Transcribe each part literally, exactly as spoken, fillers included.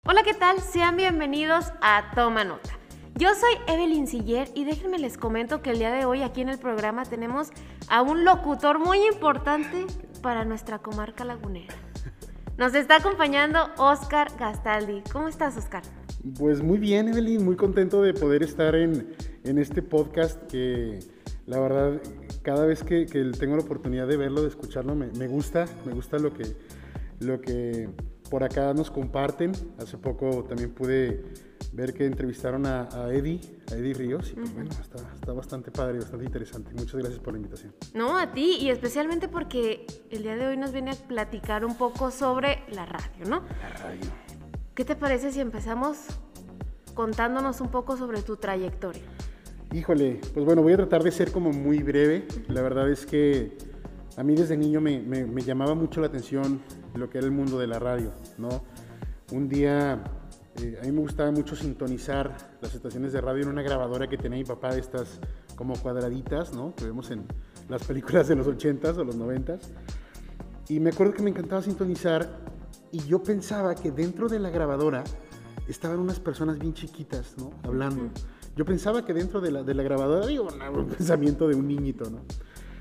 Hola, ¿qué tal? Sean bienvenidos a Toma Nota. Yo soy Evelyn Siller y déjenme les comento que el día de hoy aquí en el programa tenemos a un locutor muy importante para nuestra comarca lagunera. Nos está acompañando Oscar Gastaldi. ¿Cómo estás, Oscar? Pues muy bien, Evelyn, muy contento de poder estar en, en este podcast que la verdad cada vez que, que tengo la oportunidad de verlo, de escucharlo, me, me gusta, me gusta lo que, lo que por acá nos comparten. Hace poco también pude ver que entrevistaron a, a Eddie, a Eddie Ríos, y pues uh-huh. bueno, está, está bastante padre, bastante interesante. Muchas gracias por la invitación. No, a ti, y especialmente porque el día de hoy nos viene a platicar un poco sobre la radio, ¿no? La radio. ¿Qué te parece si empezamos contándonos un poco sobre tu trayectoria? Híjole, pues bueno, voy a tratar de ser como muy breve. La verdad es que a mí desde niño me, me, me llamaba mucho la atención lo que era el mundo de la radio, ¿no? Un día eh, a mí me gustaba mucho sintonizar las estaciones de radio en una grabadora que tenía mi papá, de estas como cuadraditas, ¿no? Que vemos en las películas de los ochentas o los noventas. Y me acuerdo que me encantaba sintonizar y yo pensaba que dentro de la grabadora estaban unas personas bien chiquitas, ¿no? Hablando. Uh-huh. Yo pensaba que dentro de la, de la grabadora, digo, un pensamiento de un niñito, ¿no?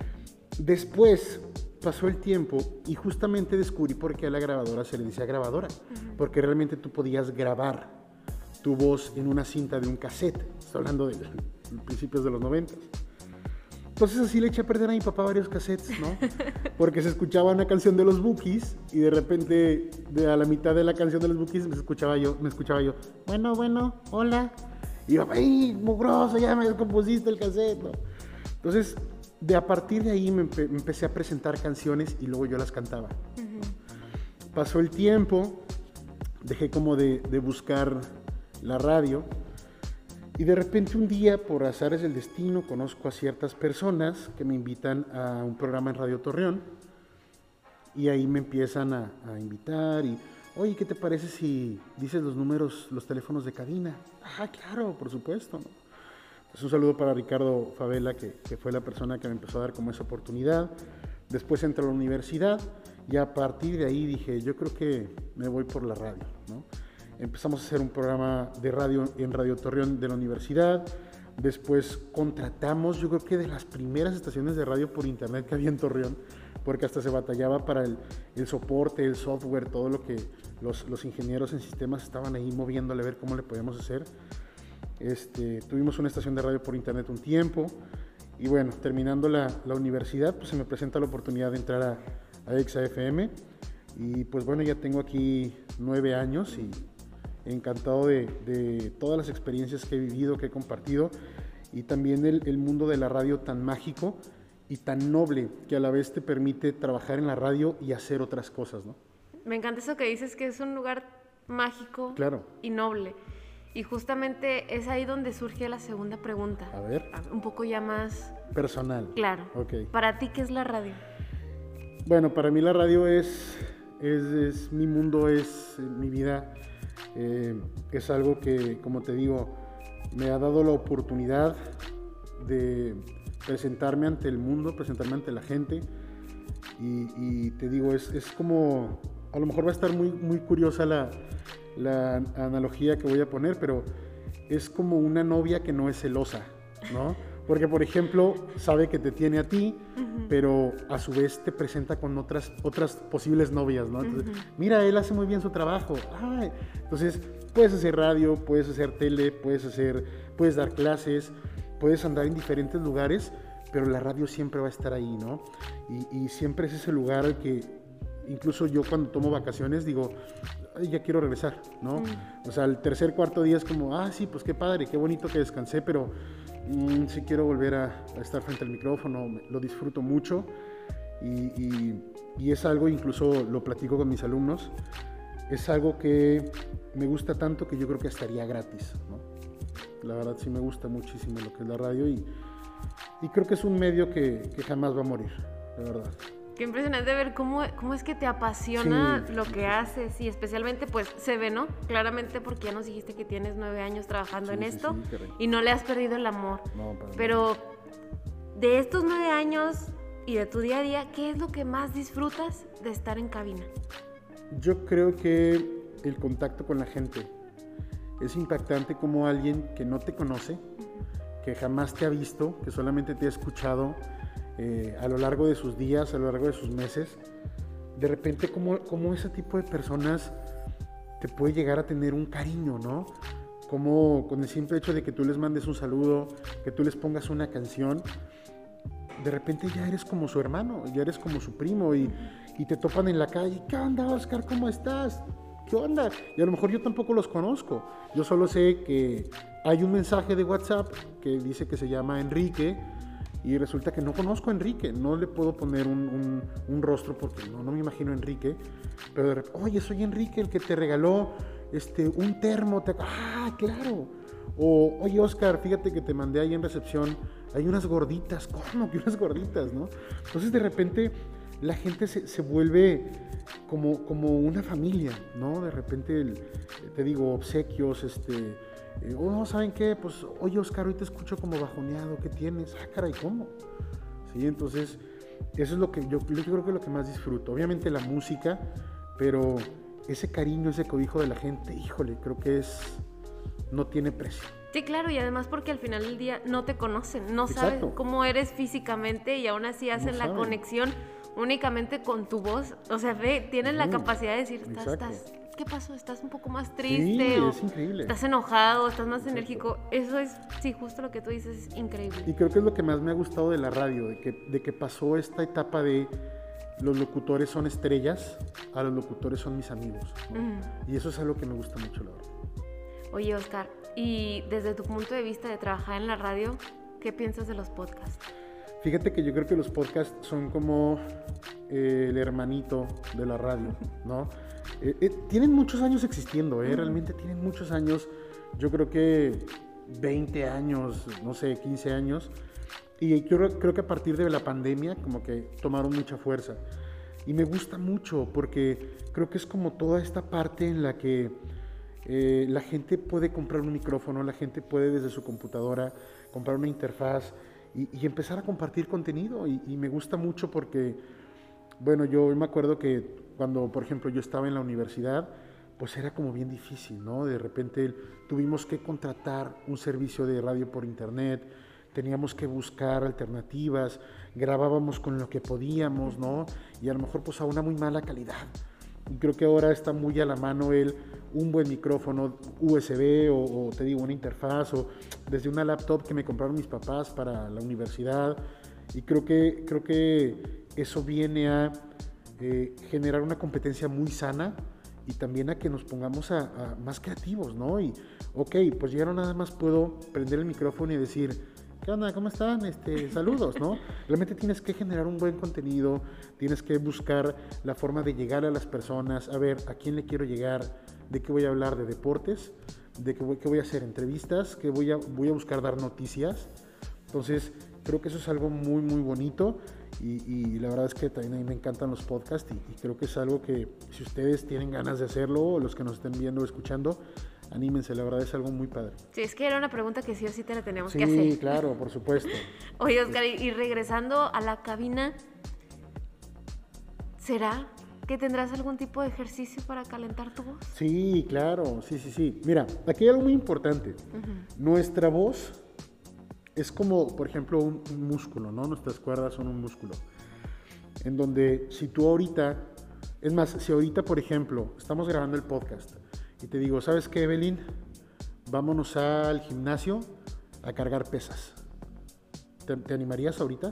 Después pasó el tiempo y justamente descubrí por qué a la grabadora se le decía grabadora. Uh-huh. Porque realmente tú podías grabar tu voz en una cinta de un cassette. Estoy hablando de, de principios de los noventas. Entonces así le eché a perder a mi papá varios cassettes, ¿no? Porque se escuchaba una canción de los Bukis y de repente de a la mitad de la canción de los Bukis me escuchaba yo, me escuchaba yo, bueno, bueno, hola. Y yo, ¡ay, mugroso, ya me descompusiste el cassette, ¿no? Entonces, de a partir de ahí me, empe- me empecé a presentar canciones y luego yo las cantaba. Uh-huh. Pasó el tiempo, dejé como de, de buscar la radio. Y de repente un día, por azares del destino, conozco a ciertas personas que me invitan a un programa en Radio Torreón y ahí me empiezan a, a invitar y, oye, ¿qué te parece si dices los números, los teléfonos de cabina? Ah, claro, por supuesto, ¿no? Entonces un saludo para Ricardo Favela, que, que fue la persona que me empezó a dar como esa oportunidad. Después entré a la universidad y a partir de ahí dije, yo creo que me voy por la radio, ¿no? Empezamos a hacer un programa de radio en Radio Torreón de la universidad. Después contratamos, yo creo que de las primeras estaciones de radio por internet que había en Torreón, porque hasta se batallaba para el, el soporte, el software, todo lo que los, los ingenieros en sistemas estaban ahí moviéndole a ver cómo le podíamos hacer. Este, tuvimos una estación de radio por internet un tiempo y bueno, terminando la, la universidad, pues se me presenta la oportunidad de entrar a, a Exa F M y pues bueno, ya tengo aquí nueve años y encantado de, de todas las experiencias que he vivido, que he compartido y también el, el mundo de la radio tan mágico y tan noble que a la vez te permite trabajar en la radio y hacer otras cosas, ¿no? Me encanta eso que dices, que es un lugar mágico, claro, y noble. Y justamente es ahí donde surge la segunda pregunta. A ver. Un poco ya más personal. Claro. Okay. Para ti, ¿qué es la radio? Bueno, para mí la radio es, es, es mi mundo, es mi vida. Eh, es algo que, como te digo, me ha dado la oportunidad de presentarme ante el mundo, presentarme ante la gente y, y te digo, es, es como, a lo mejor va a estar muy, muy curiosa la, la analogía que voy a poner, pero es como una novia que no es celosa, ¿no? Porque, por ejemplo, sabe que te tiene a ti, uh-huh. pero a su vez te presenta con otras, otras posibles novias, ¿no? Entonces, uh-huh. mira, él hace muy bien su trabajo. Ay. Entonces, puedes hacer radio, puedes hacer tele, puedes hacer, puedes dar clases, puedes andar en diferentes lugares, pero la radio siempre va a estar ahí, ¿no? Y, y siempre es ese lugar al que, incluso yo cuando tomo vacaciones digo, ay, ya quiero regresar, ¿no? Uh-huh. O sea, el tercer, cuarto día es como, ah, sí, pues qué padre, qué bonito que descansé, pero Mm, sí quiero volver a, a estar frente al micrófono, lo disfruto mucho y, y, y es algo, incluso lo platico con mis alumnos, es algo que me gusta tanto que yo creo que estaría gratis, ¿no? La verdad sí me gusta muchísimo lo que es la radio y, y creo que es un medio que, que jamás va a morir, la verdad. Qué impresionante ver cómo, cómo es que te apasiona sí, lo sí, que sí. haces y especialmente pues se ve, ¿no? Claramente porque ya nos dijiste que tienes nueve años trabajando sí, en sí, esto sí, y no le has perdido el amor. No, para Pero de estos nueve años y de tu día a día, ¿qué es lo que más disfrutas de estar en cabina? Yo creo que el contacto con la gente. Es impactante como alguien que no te conoce, que jamás te ha visto, que solamente te ha escuchado eh, a lo largo de sus días, a lo largo de sus meses, de repente como, como ese tipo de personas te puede llegar a tener un cariño, ¿no? Como con el simple hecho de que tú les mandes un saludo, que tú les pongas una canción, de repente ya eres como su hermano, ya eres como su primo y, y te topan en la calle. ¿Qué onda, Oscar? ¿Cómo estás? ¿Qué onda? Y a lo mejor yo tampoco los conozco. Yo solo sé que hay un mensaje de WhatsApp que dice que se llama Enrique y resulta que no conozco a Enrique. No le puedo poner un, un, un rostro porque no, no me imagino a Enrique. Pero de repente, oye, soy Enrique, el que te regaló este, un termo. Te... Ah, claro. O, oye, Oscar, fíjate que te mandé ahí en recepción, hay unas gorditas. ¿Cómo que unas gorditas, no? Entonces de repente la gente se, se vuelve como, como una familia, ¿no? De repente, el, te digo, obsequios, este, eh, oh, ¿saben qué? Pues, oye, Oscar, hoy te escucho como bajoneado, ¿qué tienes? Ah, caray, ¿cómo? Sí, entonces, eso es lo que yo, yo creo que es lo que más disfruto. Obviamente la música, pero ese cariño, ese cobijo de la gente, híjole, creo que es, no tiene precio. Sí, claro, y además porque al final del día no te conocen, no saben Exacto. cómo eres físicamente y aún así hacen No la saben. conexión únicamente con tu voz. O sea, ve, tienen Mm, la capacidad de decir, estás, exacto. estás, ¿qué pasó? ¿Estás un poco más Sí, triste? o es increíble. ¿Estás enojado? ¿Estás más Exacto. enérgico? Eso es, sí, justo lo que tú dices, es increíble. Y creo que es lo que más me ha gustado de la radio, de que, de que pasó esta etapa de los locutores son estrellas, a los locutores son mis amigos, ¿no? Mm. Y eso es algo que me gusta mucho, la verdad. Oye, Oscar, y desde tu punto de vista de trabajar en la radio, ¿qué piensas de los podcasts? Fíjate que yo creo que los podcasts son como eh, el hermanito de la radio, ¿no? Eh, eh, tienen muchos años existiendo, ¿eh? Realmente tienen muchos años, yo creo que veinte años, no sé, quince años. Y yo creo, creo que a partir de la pandemia como que tomaron mucha fuerza. Y me gusta mucho porque creo que es como toda esta parte en la que eh, la gente puede comprar un micrófono, la gente puede desde su computadora comprar una interfaz y, y empezar a compartir contenido. Y, y me gusta mucho porque, bueno, yo me acuerdo que cuando, por ejemplo, yo estaba en la universidad, pues era como bien difícil, ¿no? De repente tuvimos que contratar un servicio de radio por internet, teníamos que buscar alternativas, grabábamos con lo que podíamos, ¿no? Y a lo mejor pues a una muy mala calidad. Y creo que ahora está muy a la mano el un buen micrófono U S B o, o te digo una interfaz o desde una laptop que me compraron mis papás para la universidad. Y creo que, creo que eso viene a eh, generar una competencia muy sana y también a que nos pongamos a, a más creativos, ¿no? Y, ok, pues ya no nada más puedo prender el micrófono y decir, ¿qué onda? ¿Cómo están? Este, saludos, ¿no? Realmente tienes que generar un buen contenido, tienes que buscar la forma de llegar a las personas, a ver, ¿a quién le quiero llegar? ¿De qué voy a hablar? ¿De deportes? ¿De qué voy, qué voy a hacer? ¿Entrevistas? ¿Qué voy a, voy a buscar dar noticias? Entonces, creo que eso es algo muy, muy bonito y, y la verdad es que también a mí me encantan los podcasts y, y creo que es algo que si ustedes tienen ganas de hacerlo o los que nos estén viendo o escuchando, anímense, la verdad es algo muy padre. Sí, es que era una pregunta que sí o sí te la teníamos Sí, que hacer. Sí, claro, por supuesto. Oye, Oscar, y, y regresando a la cabina, ¿será que tendrás algún tipo de ejercicio para calentar tu voz? Sí, claro, sí, sí, sí. Mira, aquí hay algo muy importante. Uh-huh. Nuestra voz es como, por ejemplo, un, un músculo, ¿no? Nuestras cuerdas son un músculo. En donde si tú ahorita, es más, si ahorita, por ejemplo, estamos grabando el podcast y te digo, ¿sabes qué, Evelyn? Vámonos al gimnasio a cargar pesas. ¿Te, te animarías ahorita?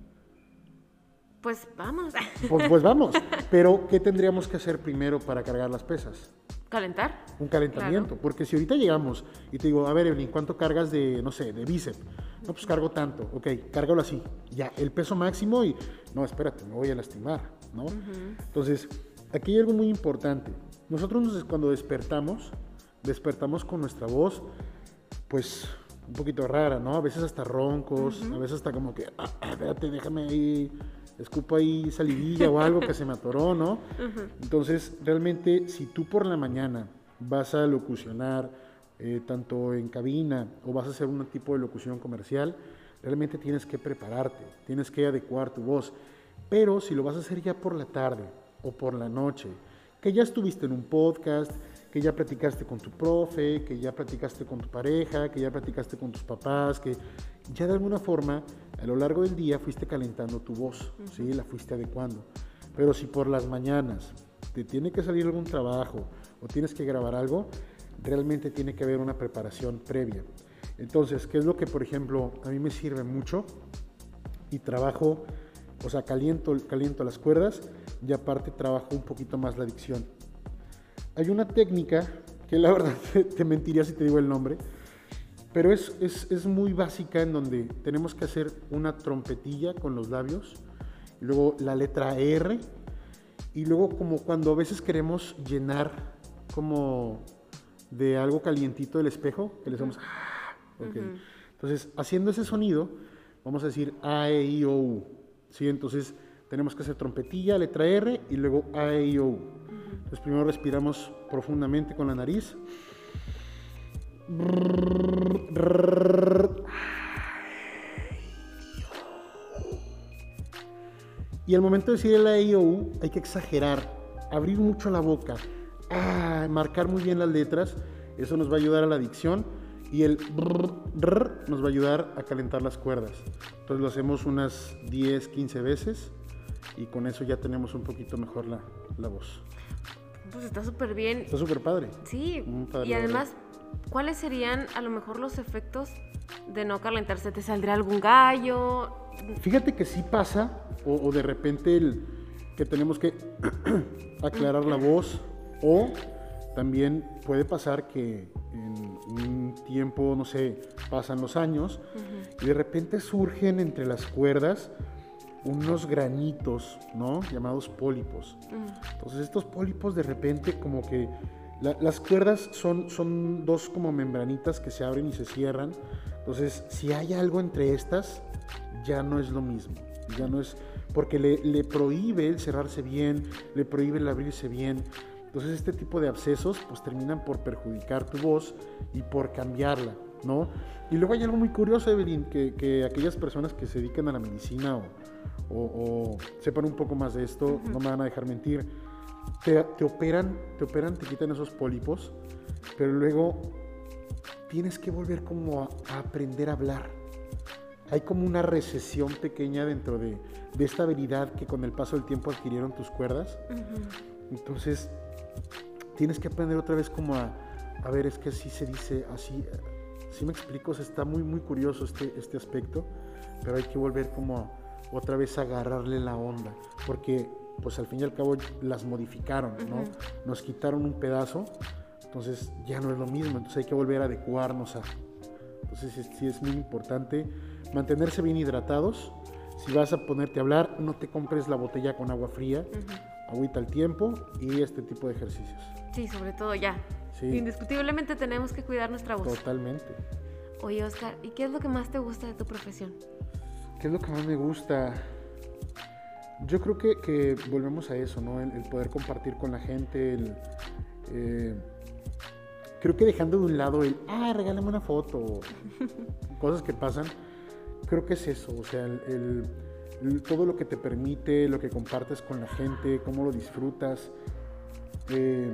Pues vamos. Pues, pues vamos. Pero, ¿qué tendríamos que hacer primero para cargar las pesas? ¿Calentar? Un calentamiento. Claro. Porque si ahorita llegamos y te digo, a ver, Evelyn, ¿cuánto cargas de, no sé, de bíceps? No, pues cargo tanto. Ok, cárgalo así. Ya, el peso máximo y, no, espérate, me voy a lastimar, ¿no? Uh-huh. Entonces, aquí hay algo muy importante. Nosotros cuando despertamos, despertamos con nuestra voz, pues, un poquito rara, ¿no? A veces hasta roncos, uh-huh. a veces hasta como que, ah, espérate, déjame ahí, escupo ahí salivilla o algo que se me atoró, ¿no? Uh-huh. Entonces, realmente, si tú por la mañana vas a locucionar, eh, tanto en cabina o vas a hacer un tipo de locución comercial, realmente tienes que prepararte, tienes que adecuar tu voz. Pero si lo vas a hacer ya por la tarde o por la noche, que ya estuviste en un podcast, que ya platicaste con tu profe, que ya platicaste con tu pareja, que ya platicaste con tus papás, que ya de alguna forma a lo largo del día fuiste calentando tu voz, uh-huh. ¿sí? La fuiste adecuando. Pero si por las mañanas te tiene que salir algún trabajo o tienes que grabar algo, realmente tiene que haber una preparación previa. Entonces, ¿qué es lo que, por ejemplo, a mí me sirve mucho? Y trabajo, o sea, caliento, caliento las cuerdas y aparte trabajo un poquito más la dicción. Hay una técnica que la verdad te, te mentiría si te digo el nombre, pero es, es, es muy básica, en donde tenemos que hacer una trompetilla con los labios, y luego la letra R, y luego como cuando a veces queremos llenar como de algo calientito el espejo, que le hacemos... Uh-huh. Okay. Uh-huh. Entonces, haciendo ese sonido, vamos a decir A, E, I, O, U. ¿Sí? Entonces, tenemos que hacer trompetilla, letra R, y luego A, E, I, O, U. Uh-huh. Entonces, primero respiramos profundamente con la nariz. Y al momento de decir el A, E, I, O, U, hay que exagerar, abrir mucho la boca, ah, marcar muy bien las letras. Eso nos va a ayudar a la dicción. Y el brr, brr nos va a ayudar a calentar las cuerdas. Entonces lo hacemos unas diez, quince veces y con eso ya tenemos un poquito mejor la, la voz. Pues está súper bien. Está súper padre. Sí, padre, y además, ¿cuáles serían a lo mejor los efectos de no calentarse? ¿Te saldría algún gallo? Fíjate que sí pasa, o, o de repente el, que tenemos que aclarar la voz, o también puede pasar que en un tiempo, no sé, pasan los años, uh-huh. y de repente surgen entre las cuerdas unos granitos, ¿no? Llamados pólipos. Uh-huh. Entonces estos pólipos de repente como que la, las cuerdas son, son dos como membranitas que se abren y se cierran. Entonces si hay algo entre estas, ya no es lo mismo, ya no es, porque le, le prohíbe el cerrarse bien, le prohíbe el abrirse bien. Entonces este tipo de abscesos pues terminan por perjudicar tu voz y por cambiarla, ¿no? Y luego hay algo muy curioso, Evelyn, que, que aquellas personas que se dedican a la medicina o, o, o sepan un poco más de esto, uh-huh. no me van a dejar mentir, te, te operan, te operan, te quitan esos pólipos, pero luego tienes que volver como a, a aprender a hablar. Hay como una recesión pequeña dentro de, de esta habilidad que con el paso del tiempo adquirieron tus cuerdas. Uh-huh. Entonces tienes que aprender otra vez como a, a ver, es que así se dice, así, así me explico, o sea, está muy, muy curioso este, este aspecto, pero hay que volver como a, otra vez a agarrarle la onda, porque pues al fin y al cabo las modificaron, ¿no? Uh-huh. Nos quitaron un pedazo, entonces ya no es lo mismo, entonces hay que volver a adecuarnos a... Entonces sí es muy importante mantenerse bien hidratados. Si vas a ponerte a hablar, no te compres la botella con agua fría, uh-huh. agüita al tiempo y este tipo de ejercicios. Sí, sobre todo ya. Sí. Indiscutiblemente tenemos que cuidar nuestra voz. Totalmente. Oye, Oscar, ¿y qué es lo que más te gusta de tu profesión? ¿Qué es lo que más me gusta? Yo creo que, que volvemos a eso, ¿no? El, el poder compartir con la gente, el... Eh, creo que dejando de un lado el, ah, regálame una foto, cosas que pasan, creo que es eso, o sea, el, el, el, todo lo que te permite, lo que compartes con la gente, cómo lo disfrutas, eh,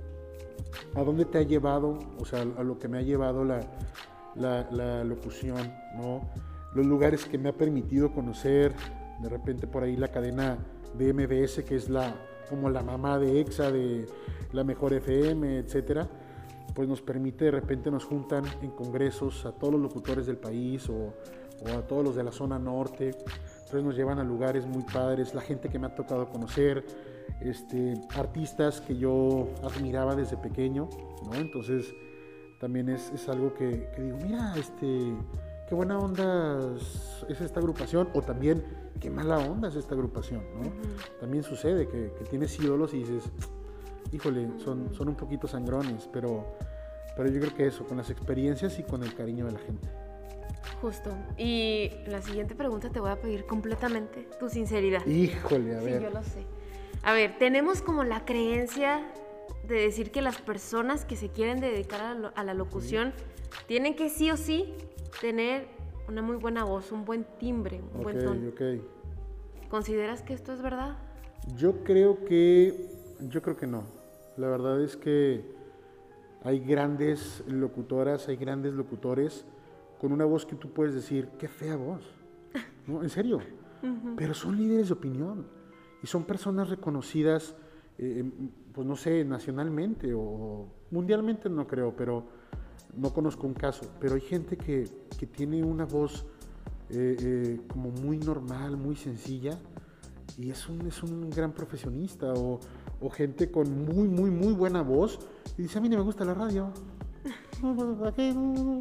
a dónde te ha llevado, o sea, a lo que me ha llevado la, la, la locución, ¿no? Los lugares que me ha permitido conocer, de repente por ahí la cadena de M B S, que es la, como la mamá de EXA, de la Mejor F M, etcétera, pues nos permite, de repente nos juntan en congresos a todos los locutores del país o, o a todos los de la zona norte, entonces nos llevan a lugares muy padres, la gente que me ha tocado conocer, este, artistas que yo admiraba desde pequeño, ¿no? Entonces también es, es algo que, que digo, mira, este, qué buena onda es esta agrupación, o también qué mala onda es esta agrupación, ¿no? Uh-huh. También sucede que, que tienes ídolos y dices, híjole, son, son un poquito sangrones, pero, pero yo creo que eso, con las experiencias y con el cariño de la gente. Justo. Y la siguiente pregunta te voy a pedir completamente tu sinceridad. Híjole, a ver. Sí, yo lo sé. A ver, tenemos como la creencia de decir que las personas que se quieren dedicar a, lo, a la locución sí. tienen que sí o sí tener una muy buena voz, un buen timbre, un okay, buen tono. Okay. ¿Consideras que esto es verdad? Yo creo que, yo creo que no. La verdad es que hay grandes locutoras, hay grandes locutores con una voz que tú puedes decir, qué fea voz, ¿no? En serio, uh-huh. Pero son líderes de opinión y son personas reconocidas, eh, pues no sé, nacionalmente o mundialmente no creo, pero no conozco un caso, pero hay gente que, que tiene una voz eh, eh, como muy normal, muy sencilla y es un, es un gran profesionista o, o gente con muy, muy, muy buena voz y dice, a mí no me gusta la radio, ¿para qué?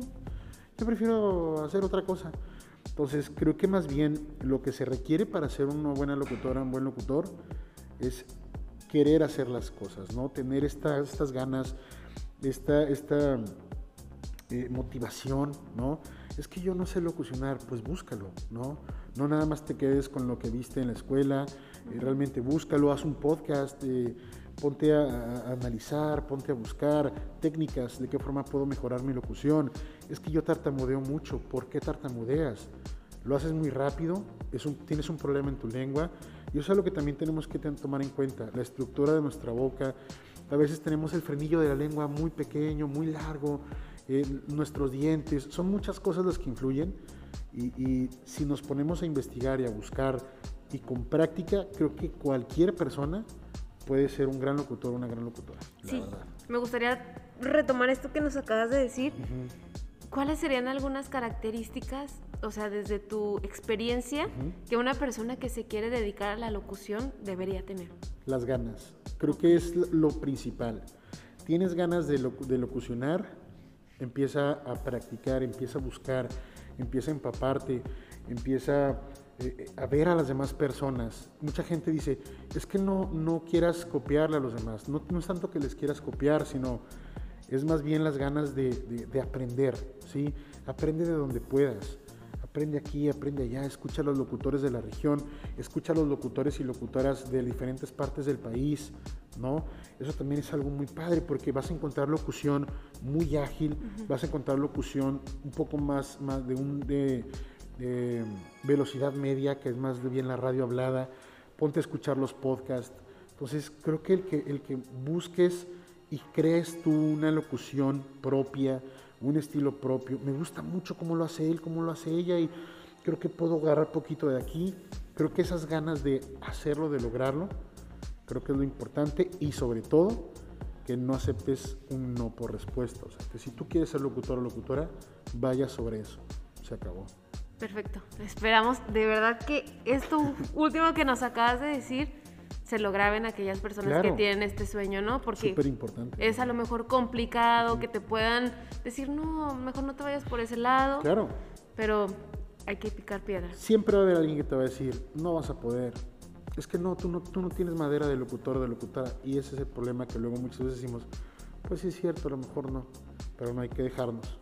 Yo prefiero hacer otra cosa. Entonces creo que más bien lo que se requiere para ser una buena locutora, un buen locutor, es querer hacer las cosas, ¿no? Tener esta, estas ganas, esta, esta eh, motivación, ¿no? Es que yo no sé locucionar, pues búscalo, ¿no? No nada más te quedes con lo que viste en la escuela, eh, realmente búscalo, haz un podcast, eh, ponte a, a analizar, ponte a buscar técnicas, de qué forma puedo mejorar mi locución. Es que yo tartamudeo mucho, ¿por qué tartamudeas? Lo haces muy rápido, es un, tienes un problema en tu lengua, y eso es algo que también tenemos que tomar en cuenta, la estructura de nuestra boca. A veces tenemos el frenillo de la lengua muy pequeño, muy largo, eh, nuestros dientes, son muchas cosas las que influyen, y, y si nos ponemos a investigar y a buscar, y con práctica, creo que cualquier persona puede ser un gran locutor o una gran locutora. Sí, verdad. Me gustaría retomar esto que nos acabas de decir. Uh-huh. ¿Cuáles serían algunas características, o sea, desde tu experiencia, uh-huh. que una persona que se quiere dedicar a la locución debería tener? Las ganas. Creo que es lo principal. Tienes ganas de, locu- de locucionar, empieza a practicar, empieza a buscar, empieza a empaparte, empieza eh, a ver a las demás personas. Mucha gente dice, es que no, no quieras copiarle a los demás. No, no es tanto que les quieras copiar, sino es más bien las ganas de, de, de aprender, ¿sí? Aprende de donde puedas. Aprende aquí, aprende allá, escucha a los locutores de la región, escucha a los locutores y locutoras de diferentes partes del país, ¿no? Eso también es algo muy padre porque vas a encontrar locución muy ágil, uh-huh. vas a encontrar locución un poco más, más de, un, de, de velocidad media, que es más bien la radio hablada. Ponte a escuchar los podcasts. Entonces, creo que el que, el que busques y crees tú una locución propia, un estilo propio. Me gusta mucho cómo lo hace él, cómo lo hace ella y creo que puedo agarrar poquito de aquí. Creo que esas ganas de hacerlo, de lograrlo, creo que es lo importante y sobre todo que no aceptes un no por respuesta. O sea, que si tú quieres ser locutor o locutora, vaya sobre eso. Se acabó. Perfecto. Esperamos de verdad que esto último que nos acabas de decir se lo graben a aquellas personas claro. que tienen este sueño, ¿no? Porque súper importante. Es a lo mejor complicado uh-huh. que te puedan decir, no, mejor no te vayas por ese lado. Claro. Pero hay que picar piedra. Siempre va a haber alguien que te va a decir, no vas a poder. Es que no, tú no, tú no tienes madera de locutor o de locutora. Y ese es el problema que luego muchas veces decimos, pues sí es cierto, a lo mejor no, pero no hay que dejarnos.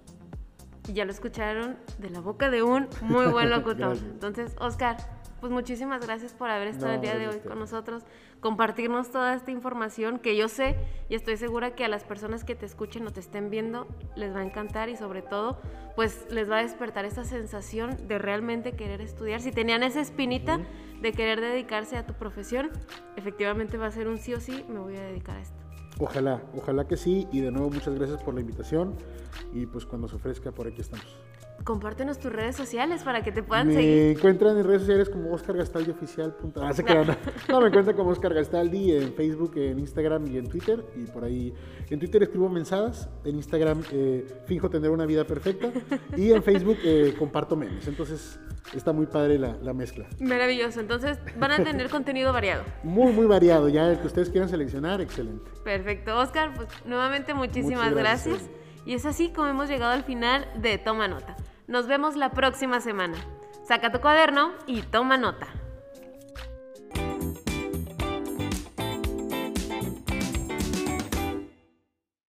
Y ya lo escucharon de la boca de un muy buen locutor. Entonces, Oscar, pues muchísimas gracias por haber estado no, el día de hoy con nosotros, compartirnos toda esta información que yo sé y estoy segura que a las personas que te escuchen o te estén viendo les va a encantar y sobre todo pues les va a despertar esa sensación de realmente querer estudiar. Si tenían esa espinita uh-huh. de querer dedicarse a tu profesión, efectivamente va a ser un sí o sí, me voy a dedicar a esto. Ojalá, ojalá que sí y de nuevo muchas gracias por la invitación y pues cuando se ofrezca por aquí estamos. Compártenos tus redes sociales para que te puedan me seguir. Me encuentran en redes sociales como Oscar Gastaldi Oficial. Ah, se quedan. No. no, me encuentran como Oscar Gastaldi en Facebook, en Instagram y en Twitter. Y por ahí, en Twitter escribo mensadas, en Instagram eh, finjo tener una vida perfecta y en Facebook eh, comparto memes. Entonces está muy padre la, la mezcla. Maravilloso. Entonces van a tener contenido variado. Muy, muy variado. Ya el que ustedes quieran seleccionar, excelente. Perfecto. Oscar, pues nuevamente muchísimas Muchas gracias. gracias. Y es así como hemos llegado al final de Toma Nota. Nos vemos la próxima semana. Saca tu cuaderno y toma nota.